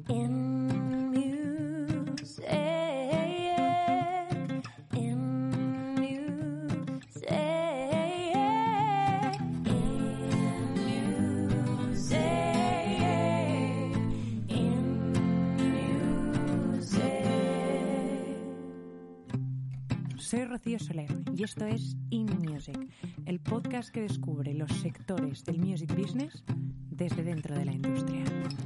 In music, in music, in music. Soy Rocío Soler y esto es In Music, el podcast que descubre los sectores del music business desde dentro de la industria.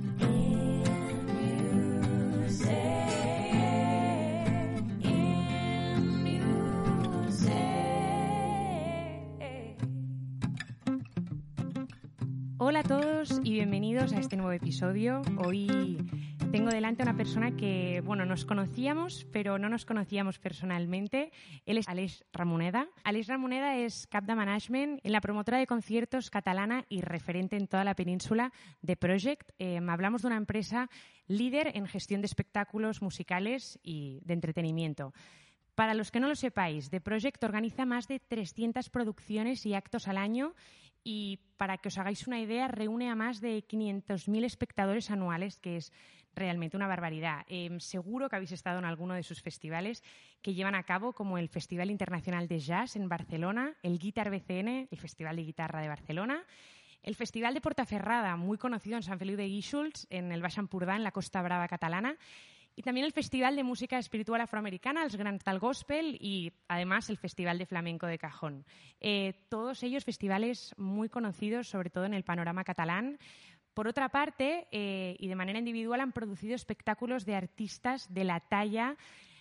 Hola a todos y bienvenidos a este nuevo episodio. Hoy tengo delante a una persona que, nos conocíamos, pero no nos conocíamos personalmente. Él es Aleix Ramoneda. Aleix Ramoneda es cap de management en la promotora de conciertos catalana y referente en toda la península de Project. Hablamos de una empresa líder en gestión de espectáculos musicales y de entretenimiento. Para los que no lo sepáis, The Project organiza más de 300 producciones y actos al año y, para que os hagáis una idea, reúne a más de 500.000 espectadores anuales, que es realmente una barbaridad. Seguro que habéis estado en alguno de sus festivales que llevan a cabo, como el Festival Internacional de Jazz en Barcelona, el Guitar BCN, el Festival de Guitarra de Barcelona, el Festival de Portaferrada, muy conocido en Sant Feliu de Guíxols, en el Baix Empordà, en la Costa Brava catalana, y también el Festival de Música Espiritual Afroamericana, el Gran Tal Gospel, y además el Festival de Flamenco de Cajón. Todos ellos festivales muy conocidos, sobre todo en el panorama catalán. Por otra parte, y de manera individual, han producido espectáculos de artistas de la talla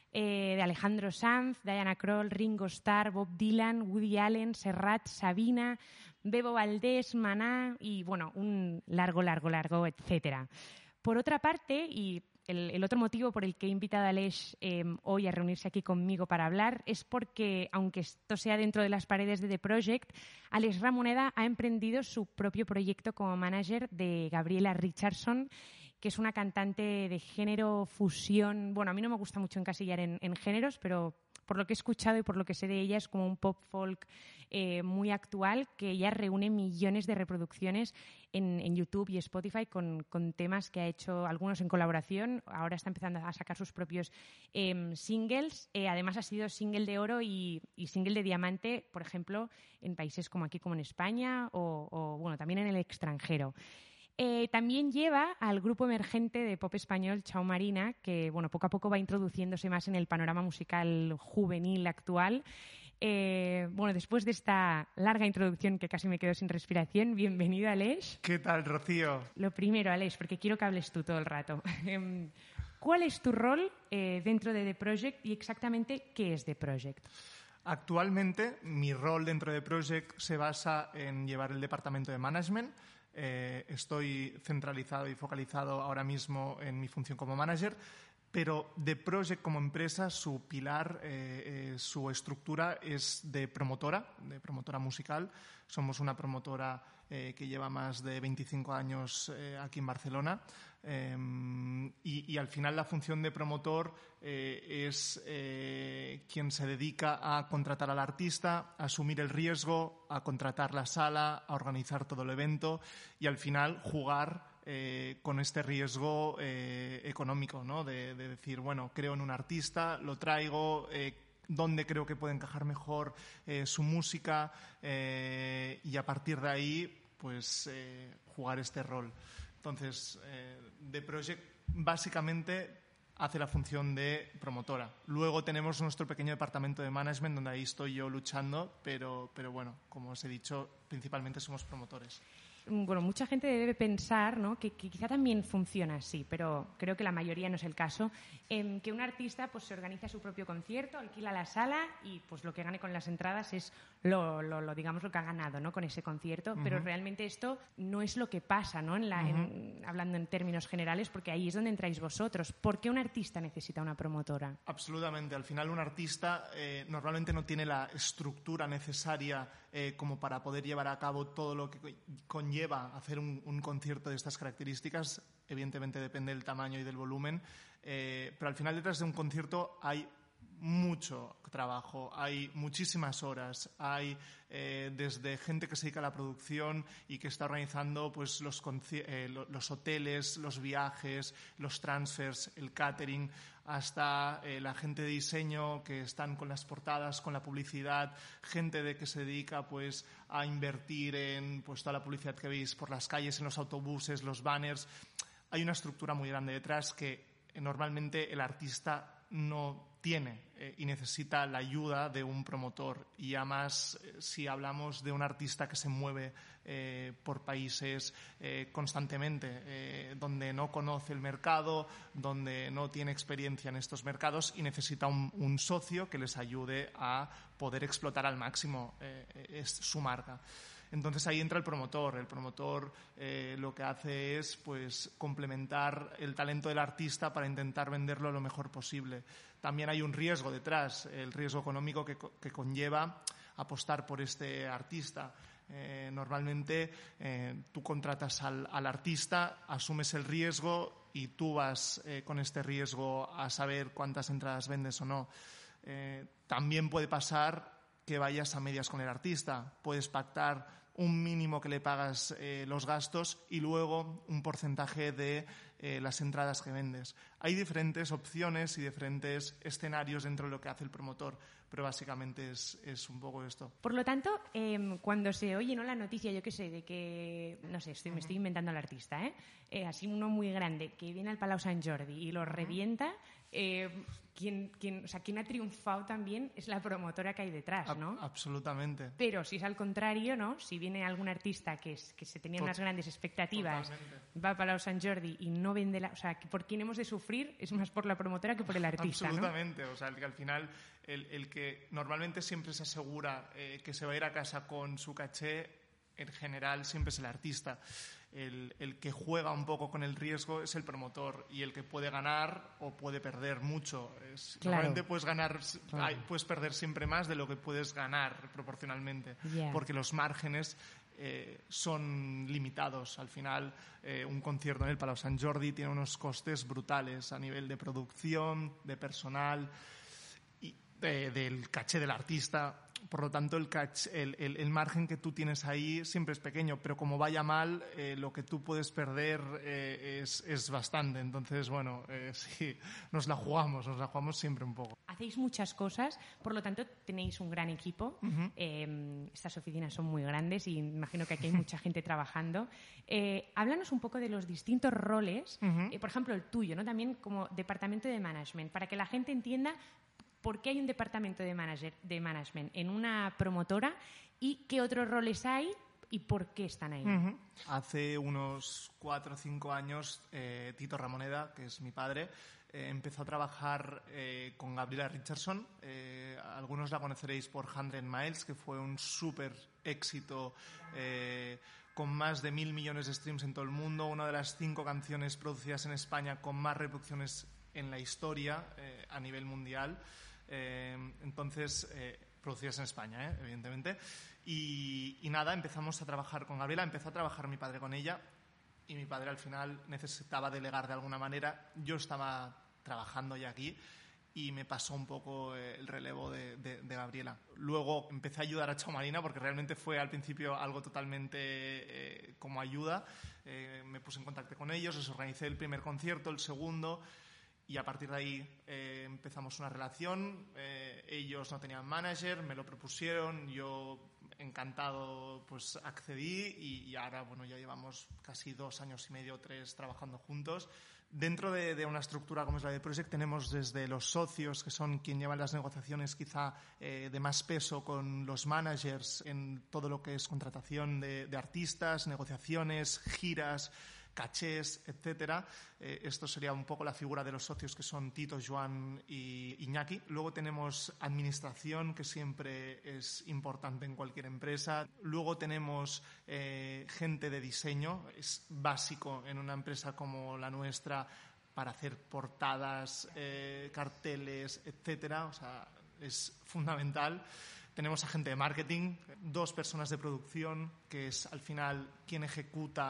de Alejandro Sanz, Diana Krall, Ringo Starr, Bob Dylan, Woody Allen, Serrat, Sabina, Bebo Valdés, Maná y, un largo, etcétera. Por otra parte, y el otro motivo por el que he invitado a Aleix hoy a reunirse aquí conmigo para hablar es porque, aunque esto sea dentro de las paredes de The Project, Aleix Ramoneda ha emprendido su propio proyecto como manager de Gabriela Richardson, que es una cantante de género fusión. A mí no me gusta mucho encasillar en géneros, pero por lo que he escuchado y por lo que sé de ella, es como un pop folk muy actual, que ya reúne millones de reproducciones en YouTube y Spotify con temas que ha hecho, algunos en colaboración. Ahora está empezando a sacar sus propios singles. Además, ha sido single de oro y single de diamante, por ejemplo, en países como aquí, como en España, o también en el extranjero. También lleva al grupo emergente de pop español Chao Marina, que poco a poco va introduciéndose más en el panorama musical juvenil actual. Después de esta larga introducción que casi me quedo sin respiración, bienvenido, Aleix. ¿Qué tal, Rocío? Lo primero, Aleix, porque quiero que hables tú todo el rato. ¿Cuál es tu rol dentro de The Project y exactamente qué es The Project? Actualmente, mi rol dentro de The Project se basa en llevar el departamento de management. Estoy centralizado y focalizado ahora mismo en mi función como manager, pero The Project como empresa, su pilar, su estructura es de promotora musical. Somos una promotora que lleva más de 25 años aquí en Barcelona y al final la función de promotor es quien se dedica a contratar al artista, a asumir el riesgo, a contratar la sala, a organizar todo el evento y al final jugar con este riesgo económico, ¿no? De decir, creo en un artista, lo traigo, dónde creo que puede encajar mejor su música y a partir de ahí pues jugar este rol. Entonces, The Project básicamente hace la función de promotora. Luego tenemos nuestro pequeño departamento de management donde ahí estoy yo luchando, pero como os he dicho, principalmente somos promotores. Mucha gente debe pensar, ¿no?, que quizá también funciona así, pero creo que la mayoría no es el caso, que un artista pues se organiza su propio concierto, alquila la sala y pues lo que gane con las entradas es digamos lo que ha ganado, ¿no?, con ese concierto. Uh-huh. Pero realmente esto no es lo que pasa, ¿no?, hablando en términos generales, porque ahí es donde entráis vosotros. ¿Por qué un artista necesita una promotora? Absolutamente. Al final un artista normalmente no tiene la estructura necesaria como para poder llevar a cabo todo lo que conlleva hacer un concierto de estas características. Evidentemente depende del tamaño y del volumen, pero al final detrás de un concierto hay mucho trabajo, hay muchísimas horas, hay desde gente que se dedica a la producción y que está organizando pues los hoteles, los viajes, los transfers, el catering, hasta la gente de diseño que están con las portadas, con la publicidad, gente que se dedica pues a invertir en pues toda la publicidad que veis por las calles, en los autobuses, los banners. Hay una estructura muy grande detrás que normalmente el artista no tiene y necesita la ayuda de un promotor. Y además, si hablamos de un artista que se mueve por países constantemente, donde no conoce el mercado, donde no tiene experiencia en estos mercados y necesita un socio que les ayude a poder explotar al máximo su marca. Entonces ahí entra el promotor. El promotor lo que hace es pues complementar el talento del artista para intentar venderlo lo mejor posible. También hay un riesgo detrás, el riesgo económico que conlleva apostar por este artista. Normalmente tú contratas al artista, asumes el riesgo y tú vas con este riesgo a saber cuántas entradas vendes o no. También puede pasar que vayas a medias con el artista. Puedes pactar un mínimo que le pagas los gastos y luego un porcentaje de las entradas que vendes. Hay diferentes opciones y diferentes escenarios dentro de lo que hace el promotor, pero básicamente es un poco esto. Por lo tanto, cuando se oye, ¿no?, la noticia, yo qué sé, de que, no sé, me estoy inventando al artista, así uno muy grande, que viene al Palau Sant Jordi y lo revienta, quien ha triunfado también es la promotora que hay detrás, ¿no? Absolutamente. Pero si es al contrario, ¿no? Si viene algún artista que se tenía unas grandes expectativas, va al Palau Sant Jordi y no vende o sea, que por quien hemos de sufrir es más por la promotora que por el artista, absolutamente, ¿no? O sea, el que al final, el que normalmente siempre se asegura que se va a ir a casa con su caché, en general siempre es el artista. El que juega un poco con el riesgo es el promotor y el que puede ganar o puede perder mucho. Claro. Normalmente puedes ganar, puedes perder siempre más de lo que puedes ganar proporcionalmente, porque los márgenes son limitados. Al final, un concierto en el Palau Sant Jordi tiene unos costes brutales a nivel de producción, de personal y del caché del artista. Por lo tanto, el margen que tú tienes ahí siempre es pequeño, pero como vaya mal, lo que tú puedes perder es bastante. Entonces, bueno, sí, nos la jugamos siempre un poco. Hacéis muchas cosas, por lo tanto, tenéis un gran equipo. Uh-huh. Estas oficinas son muy grandes y imagino que aquí hay mucha gente trabajando. Háblanos un poco de los distintos roles, Uh-huh. Por ejemplo, el tuyo, ¿no? También como departamento de management, para que la gente entienda por qué hay un departamento de management en una promotora y qué otros roles hay y por qué están ahí. Uh-huh. Hace unos 4 o 5 años, Tito Ramoneda, que es mi padre, empezó a trabajar con Gabriela Richardson. Algunos la conoceréis por 100 Miles, que fue un súper éxito con más de 1.000 millones de streams en todo el mundo, una de las 5 canciones producidas en España con más reproducciones en la historia a nivel mundial. Entonces, producidas en España, evidentemente. Y nada, empezamos a trabajar con Gabriela, empezó a trabajar mi padre con ella y mi padre al final necesitaba delegar de alguna manera. Yo estaba trabajando ya aquí y me pasó un poco el relevo de Gabriela. Luego empecé a ayudar a Chao Marina porque realmente fue al principio algo totalmente como ayuda. Me puse en contacto con ellos, les organicé el primer concierto, el segundo. Y a partir de ahí empezamos una relación. Ellos no tenían manager, me lo propusieron, yo encantado pues accedí y ahora bueno, ya llevamos casi 2 años y medio, 3 trabajando juntos. Dentro de una estructura como es la de Project tenemos desde los socios, que son quien llevan las negociaciones quizá de más peso con los managers en todo lo que es contratación de artistas, negociaciones, giras, cachés, etcétera. Esto sería un poco la figura de los socios que son Tito, Joan y Iñaki. Luego tenemos administración, que siempre es importante en cualquier empresa. Luego tenemos gente de diseño. Es básico en una empresa como la nuestra para hacer portadas, carteles, etcétera. O sea, es fundamental. Tenemos a gente de marketing, 2 personas de producción, que es al final quien ejecuta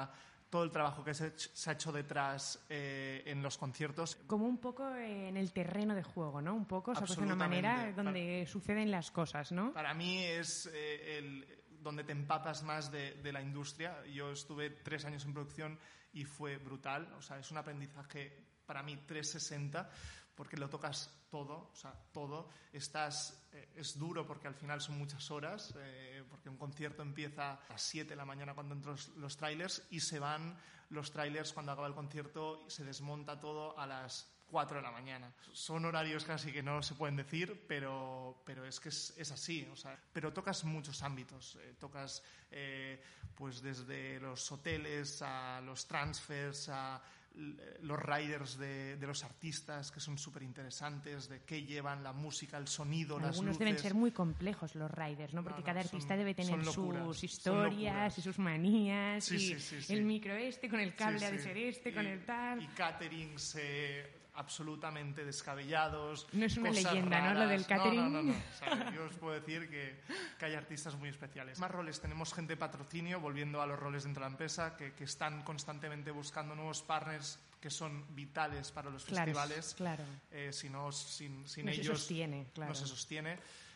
todo el trabajo que se ha hecho detrás en los conciertos. Como un poco en el terreno de juego, ¿no? Un poco, o sea, pues de una manera donde suceden las cosas, ¿no? Para mí es donde te empapas más de la industria. Yo estuve 3 años en producción y fue brutal. O sea, es un aprendizaje para mí 360 porque lo tocas todo, o sea, todo. Es duro porque al final son muchas horas, porque un concierto empieza a las 7 de la mañana cuando entran los trailers y se van los trailers cuando acaba el concierto y se desmonta todo a las 4 de la mañana. Son horarios casi que no se pueden decir, pero es que es así. O sea, pero tocas muchos ámbitos. Tocas pues desde los hoteles a los transfers, a los riders de los artistas, que son súper interesantes, de qué llevan, la música, el sonido, las luces. Algunos deben ser muy complejos los riders, ¿no? Porque cada artista debe tener sus historias y sus manías, sí, el micro con el cable ha de ser con el tal. Y caterings absolutamente descabellados. No es una cosas leyenda, raras. ¿no? Lo del catering. No. O sea, yo os puedo decir que hay artistas muy especiales. Más roles, tenemos gente de patrocinio, volviendo a los roles dentro de la empresa, que están constantemente buscando nuevos partners que son vitales para los festivales. Claro. Si no, sin no ellos se sostiene, claro. no se sostiene.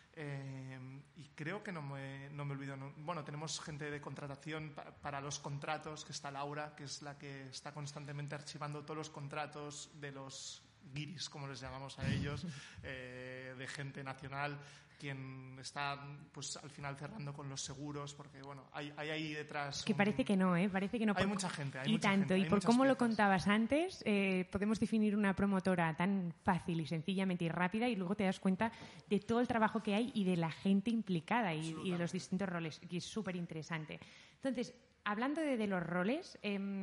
Y creo que no me olvido. Bueno, tenemos gente de contratación para los contratos, que está Laura, que es la que está constantemente archivando todos los contratos de los guiris, como les llamamos a ellos, de gente nacional, quien está pues al final cerrando con los seguros, porque bueno, hay ahí detrás... Que parece que no, ¿eh? Parece que no. Hay mucha gente, hay y mucha tanto, gente, y por cómo lo contabas antes, podemos definir una promotora tan fácil y sencillamente y rápida, y luego te das cuenta de todo el trabajo que hay y de la gente implicada y de los distintos roles, que es súper interesante. Entonces, hablando de los roles...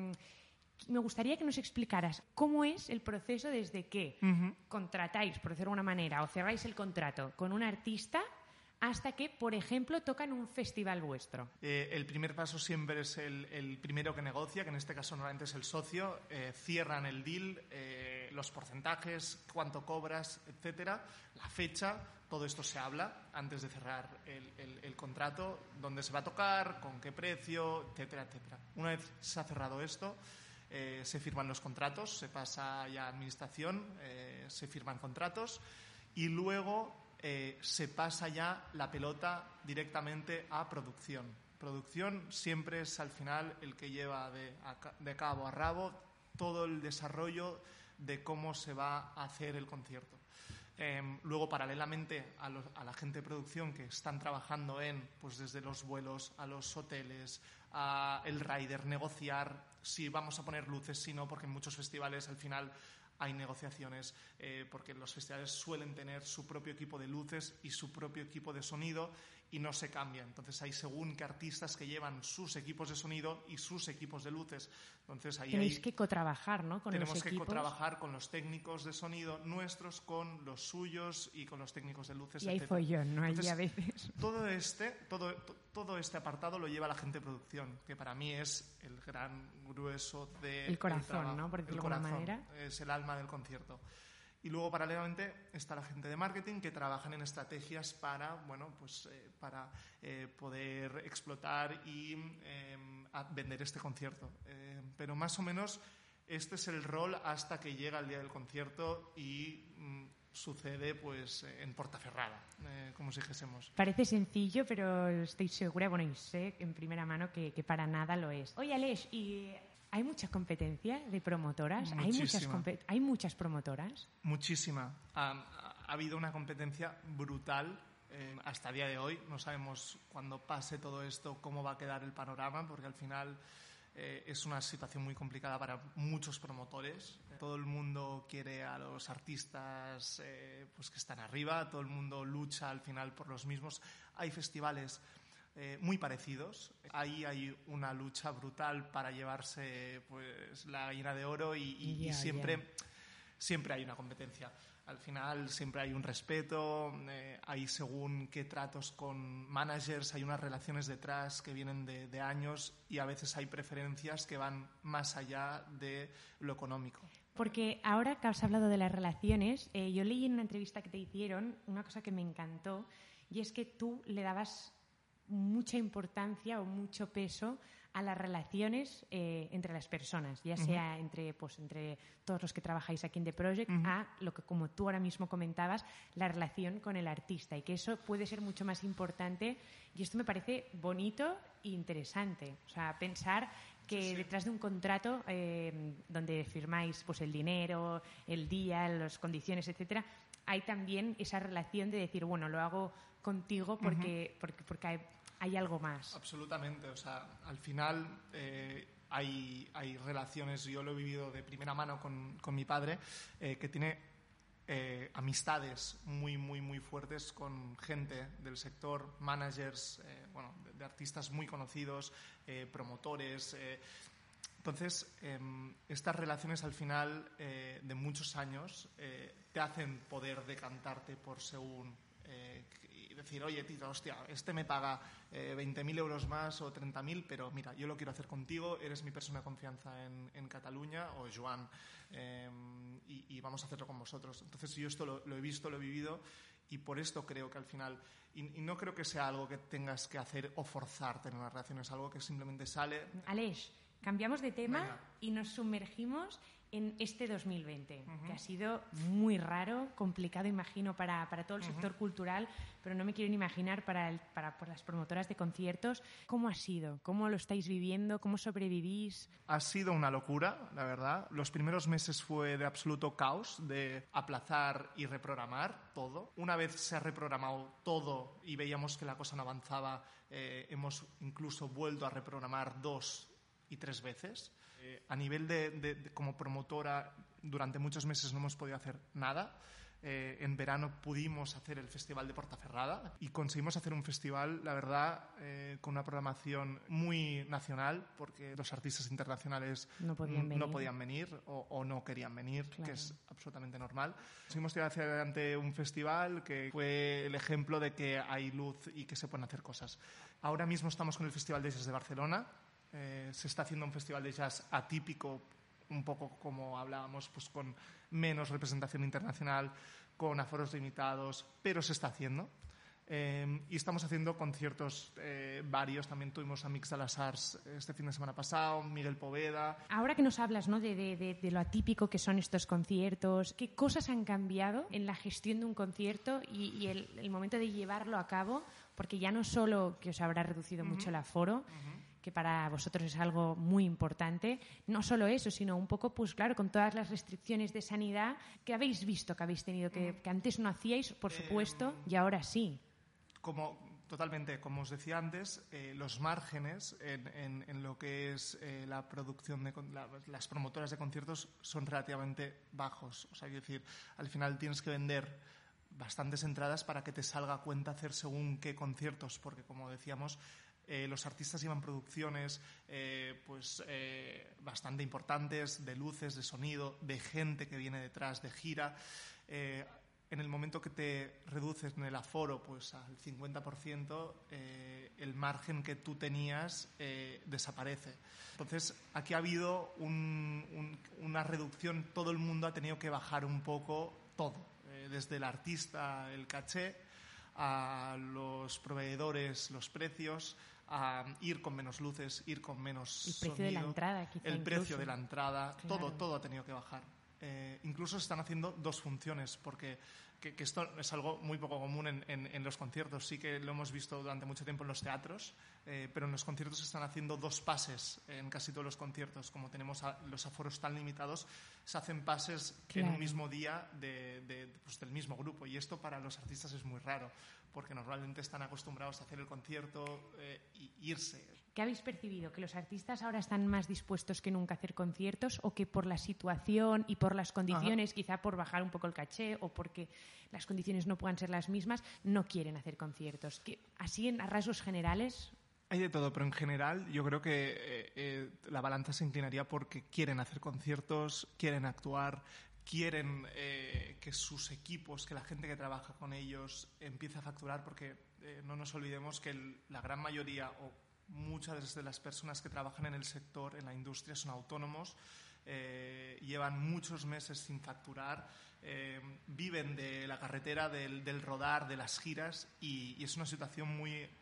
me gustaría que nos explicaras cómo es el proceso desde que contratáis, por decirlo de alguna manera, o cerráis el contrato con un artista hasta que, por ejemplo, tocan un festival vuestro. El primer paso siempre es el primero que negocia, que en este caso normalmente es el socio. Cierran el deal, los porcentajes, cuánto cobras, etcétera, la fecha. Todo esto se habla antes de cerrar el contrato, dónde se va a tocar, con qué precio, etcétera, etcétera. Una vez se ha cerrado esto, se firman los contratos, se pasa ya a administración, se firman contratos y luego se pasa ya la pelota directamente a producción. Producción siempre es al final el que lleva de cabo a rabo todo el desarrollo de cómo se va a hacer el concierto. Luego, paralelamente a la gente de producción que están trabajando pues desde los vuelos a los hoteles, a el rider, negociar si vamos a poner luces, si no, porque en muchos festivales al final hay negociaciones, porque los festivales suelen tener su propio equipo de luces y su propio equipo de sonido y no se cambian. Entonces hay según qué artistas que llevan sus equipos de sonido y sus equipos de luces. Entonces ahí tenéis que cotrabajar, ¿no? Con los equipos. Tenemos que cotrabajar con los técnicos de sonido nuestros, con los suyos y con los técnicos de luces, y hay etcétera. follón, ¿no? Entonces, a veces. Todo este apartado lo lleva la gente de producción, que para mí es el gran grueso del corazón, ¿no? Por decirlo de alguna manera. Es el alma del concierto. Y luego, paralelamente, está la gente de marketing que trabajan en estrategias para poder explotar y vender este concierto. Pero más o menos este es el rol hasta que llega el día del concierto y sucede pues en Portaferrada, como si dijésemos. Parece sencillo, pero estoy segura, bueno, y sé en primera mano que para nada lo es. Oye, Aleix, ¿y hay mucha competencia de promotoras? ¿Hay muchas promotoras? Muchísima. Ha habido una competencia brutal. Hasta el día de hoy no sabemos cuando pase todo esto cómo va a quedar el panorama, porque al final es una situación muy complicada para muchos promotores. Todo el mundo quiere a los artistas pues que están arriba, todo el mundo lucha al final por los mismos. Hay festivales muy parecidos. Ahí hay una lucha brutal para llevarse pues la gallina de oro y siempre hay una competencia. Al final siempre hay un respeto, hay según qué tratos con managers, hay unas relaciones detrás que vienen de años y a veces hay preferencias que van más allá de lo económico. Porque ahora que has hablado de las relaciones, yo leí en una entrevista que te hicieron una cosa que me encantó, y es que tú le dabas mucha importancia o mucho peso a las relaciones entre las personas, ya sea entre todos los que trabajáis aquí en The Project, a lo que, como tú ahora mismo comentabas, la relación con el artista, y que eso puede ser mucho más importante, y esto me parece bonito e interesante. O sea, pensar que detrás de un contrato donde firmáis pues el dinero, el día, las condiciones, etcétera, hay también esa relación de decir, bueno, lo hago contigo porque hay algo más. Absolutamente. O sea, al final hay relaciones, yo lo he vivido de primera mano con mi padre, que tiene amistades muy, muy, muy fuertes con gente del sector, managers, de artistas muy conocidos, promotores. Entonces, estas relaciones al final de muchos años te hacen poder decantarte por según y decir, oye, tito, hostia, este me paga 20.000 euros más o 30.000, pero mira, yo lo quiero hacer contigo, eres mi persona de confianza en Cataluña, o Joan, y vamos a hacerlo con vosotros. Entonces yo esto lo he visto, lo he vivido, y por esto creo que al final, y no creo que sea algo que tengas que hacer o forzarte en una relación, es algo que simplemente sale. Aleix, cambiamos de tema. Venga. Y nos sumergimos en este 2020, que ha sido muy raro, complicado, imagino, para todo el sector cultural, pero no me quiero ni imaginar para las promotoras de conciertos. ¿Cómo ha sido? ¿Cómo lo estáis viviendo? ¿Cómo sobrevivís? Ha sido una locura, la verdad. Los primeros meses fue de absoluto caos, de aplazar y reprogramar todo. Una vez se ha reprogramado todo y veíamos que la cosa no avanzaba, hemos incluso vuelto a reprogramar 2 y 3 veces. A nivel de como promotora, durante muchos meses no hemos podido hacer nada. En verano pudimos hacer el Festival de Portaferrada y conseguimos hacer un festival, la verdad, con una programación muy nacional, porque los artistas internacionales no podían venir o no querían venir, claro, que es absolutamente normal. Conseguimos tirar hacia adelante un festival que fue el ejemplo de que hay luz y que se pueden hacer cosas. Ahora mismo estamos con el Festival de Jazz de Barcelona. Se está haciendo un festival de jazz atípico, un poco como hablábamos, pues con menos representación internacional, con aforos limitados, pero se está haciendo. Y estamos haciendo conciertos varios. También tuvimos a Mix de las Arts este fin de semana pasado, Miguel Poveda. Ahora que nos hablas, ¿no?, de lo atípico que son estos conciertos, ¿qué cosas han cambiado en la gestión de un concierto y el momento de llevarlo a cabo? Porque ya no solo que os habrá reducido mucho el aforo, que para vosotros es algo muy importante, no solo eso, sino un poco, pues claro, con todas las restricciones de sanidad que habéis visto, que habéis tenido, que antes no hacíais, por supuesto, y ahora sí. Totalmente, como os decía antes, los márgenes en lo que es la producción de las promotoras de conciertos son relativamente bajos. O sea, quiero decir, al final tienes que vender bastantes entradas para que te salga a cuenta hacer según qué conciertos, porque como decíamos, los artistas llevan producciones bastante importantes, de luces, de sonido, de gente que viene detrás, de gira. En el momento que te reduces en el aforo pues al 50%, el margen que tú tenías desaparece. Entonces, aquí ha habido una reducción, todo el mundo ha tenido que bajar un poco todo, desde el artista, el caché, a los proveedores, los precios, a ir con menos luces, ir con menos sonido. El precio de la entrada, quizá. El precio de la entrada, claro. todo ha tenido que bajar. Incluso se están haciendo 2 funciones, porque que esto es algo muy poco común en los conciertos. Sí que lo hemos visto durante mucho tiempo en los teatros, pero en los conciertos se están haciendo 2 pases en casi todos los conciertos. Como tenemos los aforos tan limitados, se hacen pases en un mismo día del mismo grupo. Y esto para los artistas es muy raro, porque normalmente están acostumbrados a hacer el concierto y irse. ¿Qué habéis percibido? ¿Que los artistas ahora están más dispuestos que nunca a hacer conciertos, o que por la situación y por las condiciones, quizá por bajar un poco el caché o porque las condiciones no puedan ser las mismas, no quieren hacer conciertos? Así, a rasgos generales. Hay de todo, pero en general yo creo que la balanza se inclinaría porque quieren hacer conciertos, quieren actuar, quieren que sus equipos, que la gente que trabaja con ellos empiece a facturar, porque no nos olvidemos que la gran mayoría o muchas de las personas que trabajan en el sector, en la industria, son autónomos, llevan muchos meses sin facturar, viven de la carretera, del rodar, de las giras, y es una situación muy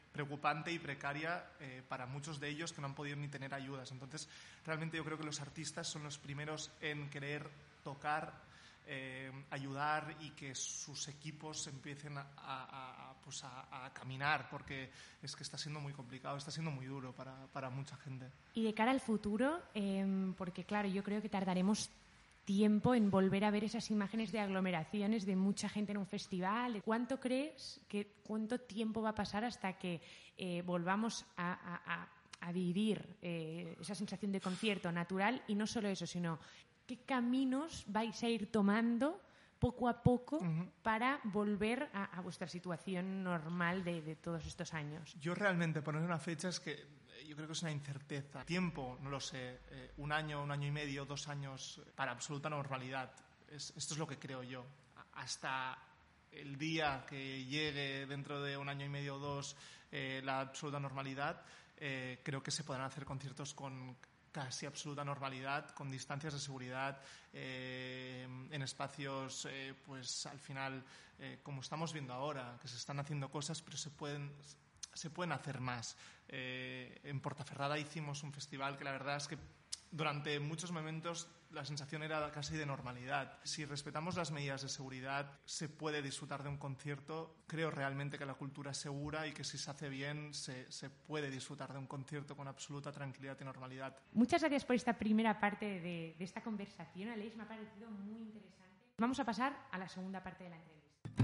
preocupante y precaria para muchos de ellos que no han podido ni tener ayudas. Entonces, realmente yo creo que los artistas son los primeros en querer tocar, ayudar y que sus equipos empiecen a caminar, porque es que está siendo muy complicado, está siendo muy duro para mucha gente. Y de cara al futuro, porque claro, yo creo que tardaremos tiempo en volver a ver esas imágenes de aglomeraciones de mucha gente en un festival. ¿Cuánto crees cuánto tiempo va a pasar hasta que volvamos a vivir esa sensación de concierto natural? Y no solo eso, sino qué caminos vais a ir tomando poco a poco para volver a vuestra situación normal de todos estos años. Yo realmente poner una fecha es que yo creo que es una incerteza. Tiempo, no lo sé, un año y medio, 2 años para absoluta normalidad. Esto es lo que creo yo. Hasta el día que llegue dentro de un año y medio o 2 la absoluta normalidad, creo que se podrán hacer conciertos con casi absoluta normalidad, con distancias de seguridad, en espacios, pues al final, como estamos viendo ahora, que se están haciendo cosas, pero se pueden hacer más. En Portaferrada hicimos un festival que la verdad es que durante muchos momentos la sensación era casi de normalidad. Si respetamos las medidas de seguridad, se puede disfrutar de un concierto. Creo realmente que la cultura es segura y que si se hace bien se puede disfrutar de un concierto con absoluta tranquilidad y normalidad. Muchas gracias por esta primera parte de esta conversación, Aleix. Me ha parecido muy interesante. Vamos a pasar a la segunda parte de la entrevista.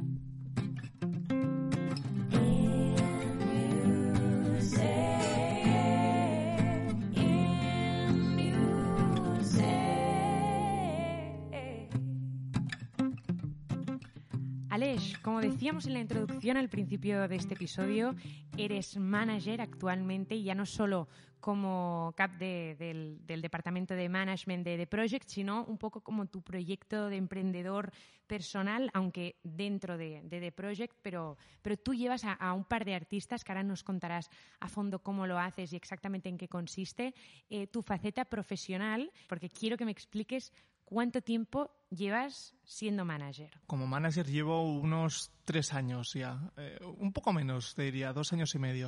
Aleix, como decíamos en la introducción al principio de este episodio, eres manager actualmente, y ya no solo como cap del departamento de management de The Project, sino un poco como tu proyecto de emprendedor personal, aunque dentro de The Project, pero tú llevas a un par de artistas, que ahora nos contarás a fondo cómo lo haces y exactamente en qué consiste, tu faceta profesional, porque quiero que me expliques ¿cuánto tiempo llevas siendo manager? Como manager llevo unos 3 años ya, un poco menos, te diría, 2 años y medio.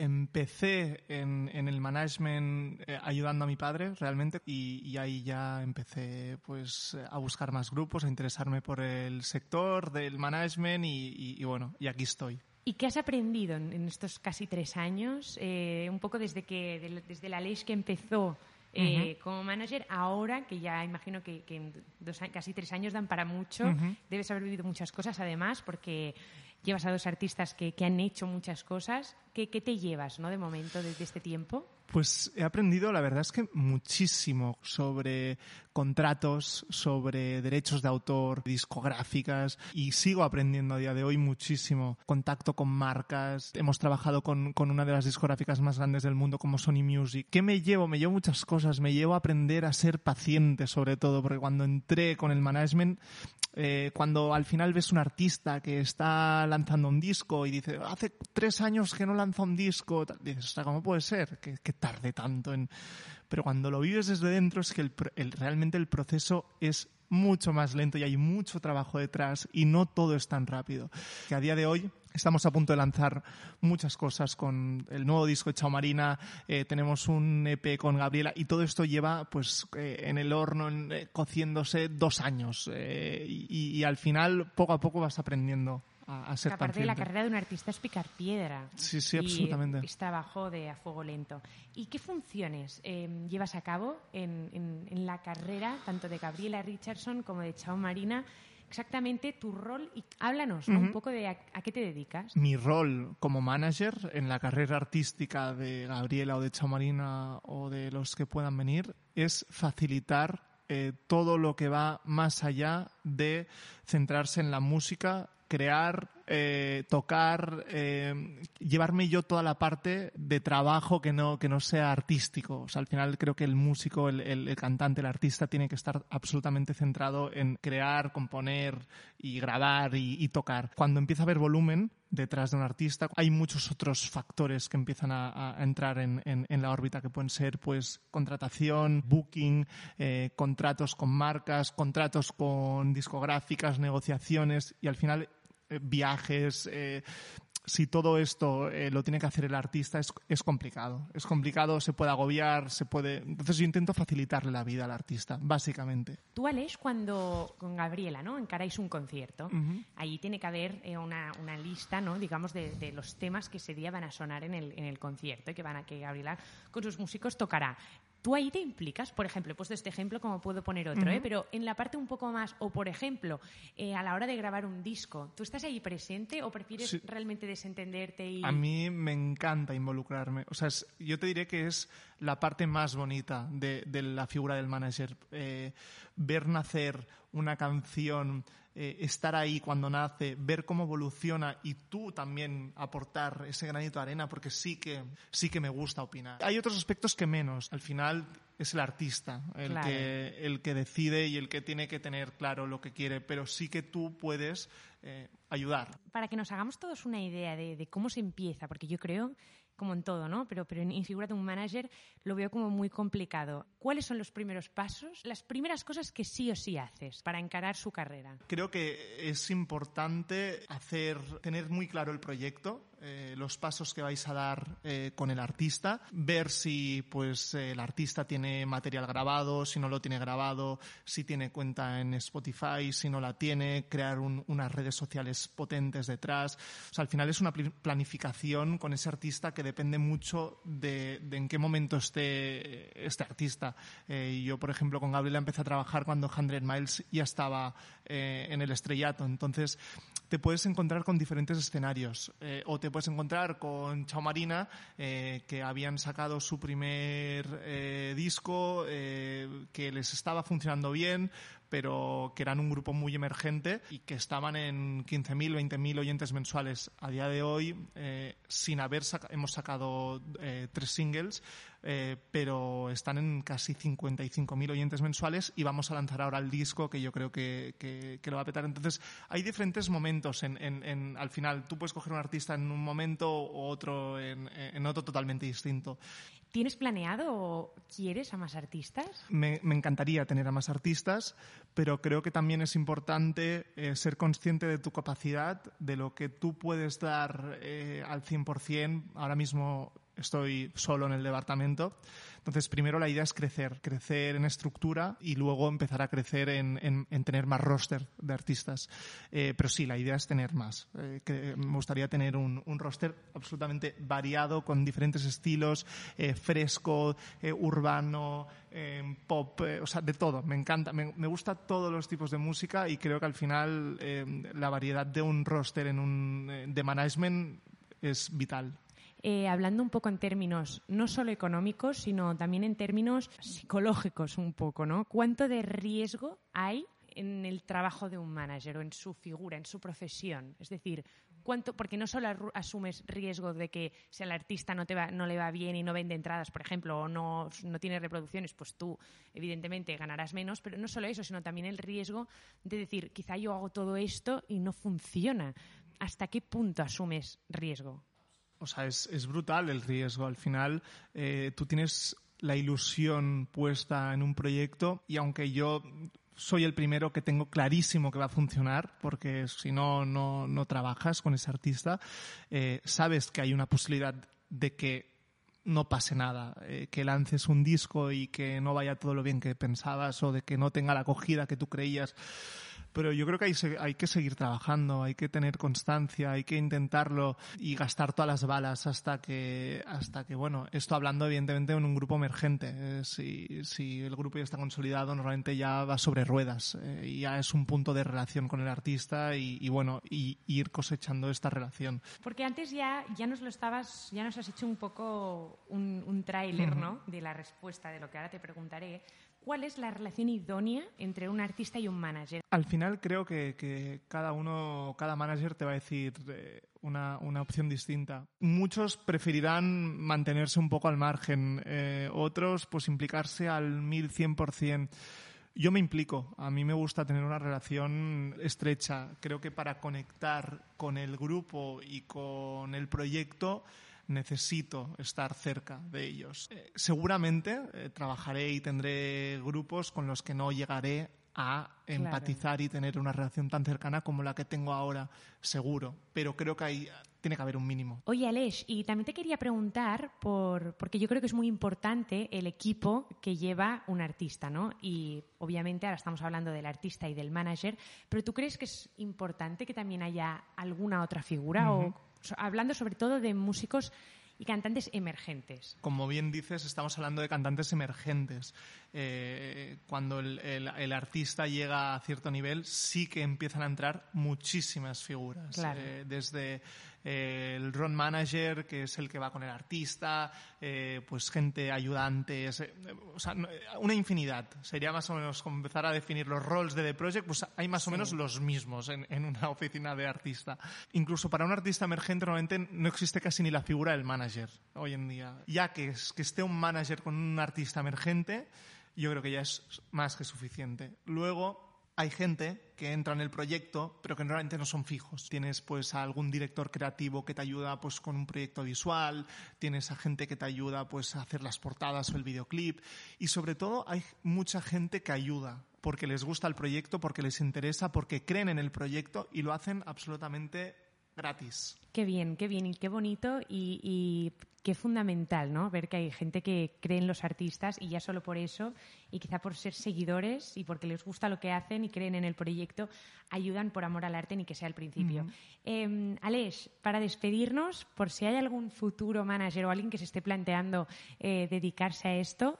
Empecé en el management ayudando a mi padre realmente y ahí ya empecé pues a buscar más grupos, a interesarme por el sector del management y bueno, y aquí estoy. ¿Y qué has aprendido en estos casi 3 años? Un poco desde la Aleix que empezó como manager, ahora que ya imagino que en casi 3 años dan para mucho, debes haber vivido muchas cosas además, porque llevas a 2 artistas que han hecho muchas cosas. ¿Qué te llevas, ¿no? de momento de este tiempo? Pues he aprendido, la verdad es que muchísimo sobre contratos, sobre derechos de autor, discográficas, y sigo aprendiendo a día de hoy muchísimo. Contacto con marcas, hemos trabajado con una de las discográficas más grandes del mundo como Sony Music. ¿Qué me llevo? Me llevo muchas cosas, me llevo a aprender a ser paciente sobre todo, porque cuando entré con el management, cuando al final ves un artista que está lanzando un disco y dice, hace 3 años que no lanza un disco, dices, ostras, ¿cómo puede ser que tarde tanto Pero cuando lo vives desde dentro es que realmente el proceso es mucho más lento y hay mucho trabajo detrás y no todo es tan rápido. Que a día de hoy estamos a punto de lanzar muchas cosas con el nuevo disco de Chao Marina, tenemos un EP con Gabriela y todo esto lleva pues en el horno cociéndose 2 años y al final poco a poco vas aprendiendo a ser Aparte paciente. de la carrera de un artista es picar piedra. Sí, absolutamente. Y es trabajo a fuego lento. ¿Y qué funciones llevas a cabo en la carrera tanto de Gabriela Richardson como de Chao Marina? Exactamente tu rol y háblanos, ¿no? Un poco de a qué te dedicas. Mi rol como manager en la carrera artística de Gabriela o de Chao Marina o de los que puedan venir es facilitar todo lo que va más allá de centrarse en la música, crear, tocar, llevarme yo toda la parte de trabajo que no sea artístico. O sea, al final creo que el músico, el cantante, el artista tiene que estar absolutamente centrado en crear, componer y grabar y tocar. Cuando empieza a haber volumen detrás de un artista, hay muchos otros factores que empiezan a entrar en la órbita, que pueden ser pues contratación, booking, contratos con marcas, contratos con discográficas, negociaciones y al final viajes, si todo esto lo tiene que hacer el artista, es complicado. Es complicado, se puede agobiar, Entonces yo intento facilitarle la vida al artista, básicamente. Tú, Aleix, cuando con Gabriela, ¿no?, encaráis un concierto, allí tiene que haber una lista, ¿no?, digamos, de los temas que ese día van a sonar en el concierto y que Gabriela con sus músicos tocará. ¿Tú ahí te implicas? Por ejemplo, he puesto este ejemplo como puedo poner otro, pero en la parte un poco más, o por ejemplo, a la hora de grabar un disco, ¿tú estás ahí presente o prefieres realmente desentenderte? A mí me encanta involucrarme. O sea, yo te diré que es la parte más bonita de la figura del manager. Ver nacer una canción, estar ahí cuando nace, ver cómo evoluciona y tú también aportar ese granito de arena, porque sí que me gusta opinar. Hay otros aspectos que menos. Al final es el artista el que decide y el que tiene que tener claro lo que quiere, pero sí que tú puedes ayudar. Para que nos hagamos todos una idea de cómo se empieza, porque yo creo, como en todo, ¿no?, pero en figura de un manager lo veo como muy complicado. ¿Cuáles son los primeros pasos, las primeras cosas que sí o sí haces para encarar su carrera? Creo que es importante tener muy claro el proyecto, los pasos que vais a dar con el artista, ver si pues el artista tiene material grabado, si no lo tiene grabado, si tiene cuenta en Spotify, si no la tiene, crear unas redes sociales potentes detrás. O sea, al final es una planificación con ese artista que depende mucho de en qué momento esté este artista. Yo, por ejemplo, con Gabriela empecé a trabajar cuando 100 Miles ya estaba en el estrellato. Entonces, te puedes encontrar con diferentes escenarios. O te puedes encontrar con Chao Marina, que habían sacado su primer disco, que les estaba funcionando bien, pero que eran un grupo muy emergente y que estaban en 15.000, 20.000 oyentes mensuales. A día de hoy, hemos sacado 3 singles, pero están en casi 55.000 oyentes mensuales y vamos a lanzar ahora el disco que yo creo que lo va a petar. Entonces, hay diferentes momentos. Al final, tú puedes coger un artista en un momento o otro en otro totalmente distinto. ¿Tienes planeado o quieres a más artistas? Me encantaría tener a más artistas, pero creo que también es importante ser consciente de tu capacidad, de lo que tú puedes dar al 100%. Ahora mismo estoy solo en el departamento. Entonces, primero la idea es crecer en estructura y luego empezar a crecer en tener más roster de artistas. Pero sí, la idea es tener más. Me gustaría tener un roster absolutamente variado, con diferentes estilos, fresco, urbano, pop, o sea, de todo. Me encanta, me gusta todos los tipos de música y creo que al final la variedad de un roster de management es vital. Hablando un poco en términos no solo económicos, sino también en términos psicológicos un poco, ¿no? ¿Cuánto de riesgo hay en el trabajo de un manager o en su figura, en su profesión? Es decir, porque no solo asumes riesgo de que si al artista no le va bien y no vende entradas, por ejemplo, o no tiene reproducciones, pues tú evidentemente ganarás menos, pero no solo eso, sino también el riesgo de decir, quizá yo hago todo esto y no funciona. ¿Hasta qué punto asumes riesgo? O sea, es brutal el riesgo. Al final, tú tienes la ilusión puesta en un proyecto y aunque yo soy el primero que tengo clarísimo que va a funcionar, porque si no trabajas con ese artista, sabes que hay una posibilidad de que no pase nada, que lances un disco y que no vaya todo lo bien que pensabas o de que no tenga la acogida que tú creías. Pero yo creo que hay que seguir trabajando, hay que tener constancia, hay que intentarlo y gastar todas las balas hasta que bueno, esto hablando evidentemente en un grupo emergente. Si el grupo ya está consolidado, normalmente ya va sobre ruedas y ya es un punto de relación con el artista y bueno, y ir cosechando esta relación. Porque antes ya nos has hecho un poco un tráiler, ¿no?, de la respuesta de lo que ahora te preguntaré. ¿Cuál es la relación idónea entre un artista y un manager? Al final creo que cada manager te va a decir una opción distinta. Muchos preferirán mantenerse un poco al margen, otros pues implicarse al 1100%. Yo me implico, a mí me gusta tener una relación estrecha. Creo que para conectar con el grupo y con el proyecto necesito estar cerca de ellos. Seguramente trabajaré y tendré grupos con los que no llegaré a empatizar y tener una relación tan cercana como la que tengo ahora, seguro. Pero creo que tiene que haber un mínimo. Oye, Aleix, y también te quería preguntar, porque yo creo que es muy importante el equipo que lleva un artista, ¿no? Y obviamente ahora estamos hablando del artista y del manager, pero ¿tú crees que es importante que también haya alguna otra figura? O hablando sobre todo de músicos y cantantes emergentes. Como bien dices, estamos hablando de cantantes emergentes. Cuando el artista llega a cierto nivel, sí que empiezan a entrar muchísimas figuras. Claro. Desde el road manager, que es el que va con el artista, pues gente ayudantes, o sea, una infinidad. Sería más o menos como empezar a definir los roles de The Project, pues hay más o menos los mismos en una oficina de artista. Incluso para un artista emergente normalmente no existe casi ni la figura del manager hoy en día. Ya que esté un manager con un artista emergente, yo creo que ya es más que suficiente. Luego hay gente que entra en el proyecto, pero que normalmente no son fijos. Tienes pues a algún director creativo que te ayuda pues con un proyecto visual, tienes a gente que te ayuda pues a hacer las portadas o el videoclip, y sobre todo hay mucha gente que ayuda porque les gusta el proyecto, porque les interesa, porque creen en el proyecto y lo hacen absolutamente gratis. Qué bien y qué bonito y qué fundamental, ¿no? Ver que hay gente que cree en los artistas y ya solo por eso, y quizá por ser seguidores y porque les gusta lo que hacen y creen en el proyecto, ayudan por amor al arte, ni que sea al principio. Aleix, para despedirnos, por si hay algún futuro manager o alguien que se esté planteando dedicarse a esto,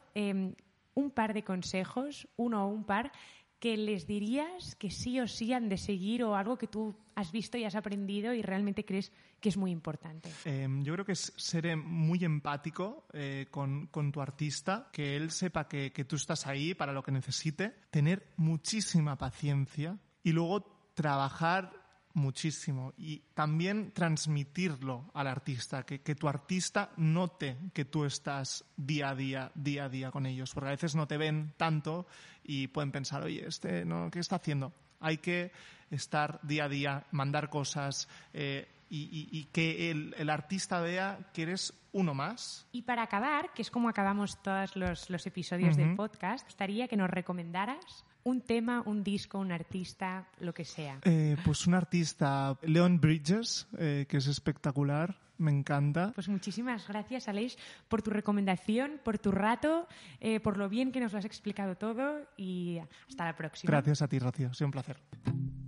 un par de consejos, uno o un par, que les dirías que sí o sí han de seguir, o algo que tú has visto y has aprendido y realmente crees que es muy importante. Yo creo que es ser muy empático con tu artista, que él sepa que tú estás ahí para lo que necesite, tener muchísima paciencia y luego trabajar muchísimo y también transmitirlo al artista, que tu artista note que tú estás día a día con ellos, porque a veces no te ven tanto y pueden pensar, oye, ¿no? ¿Qué está haciendo? Hay que estar día a día, mandar cosas y que el artista vea que eres uno más. Y para acabar, que es como acabamos todos los episodios del podcast, gustaría que nos recomendaras un tema, un disco, un artista, lo que sea. Pues un artista, Leon Bridges, que es espectacular, me encanta. Pues muchísimas gracias, Aleix, por tu recomendación, por tu rato, por lo bien que nos lo has explicado todo, y hasta la próxima. Gracias a ti, Rocío, ha sido un placer.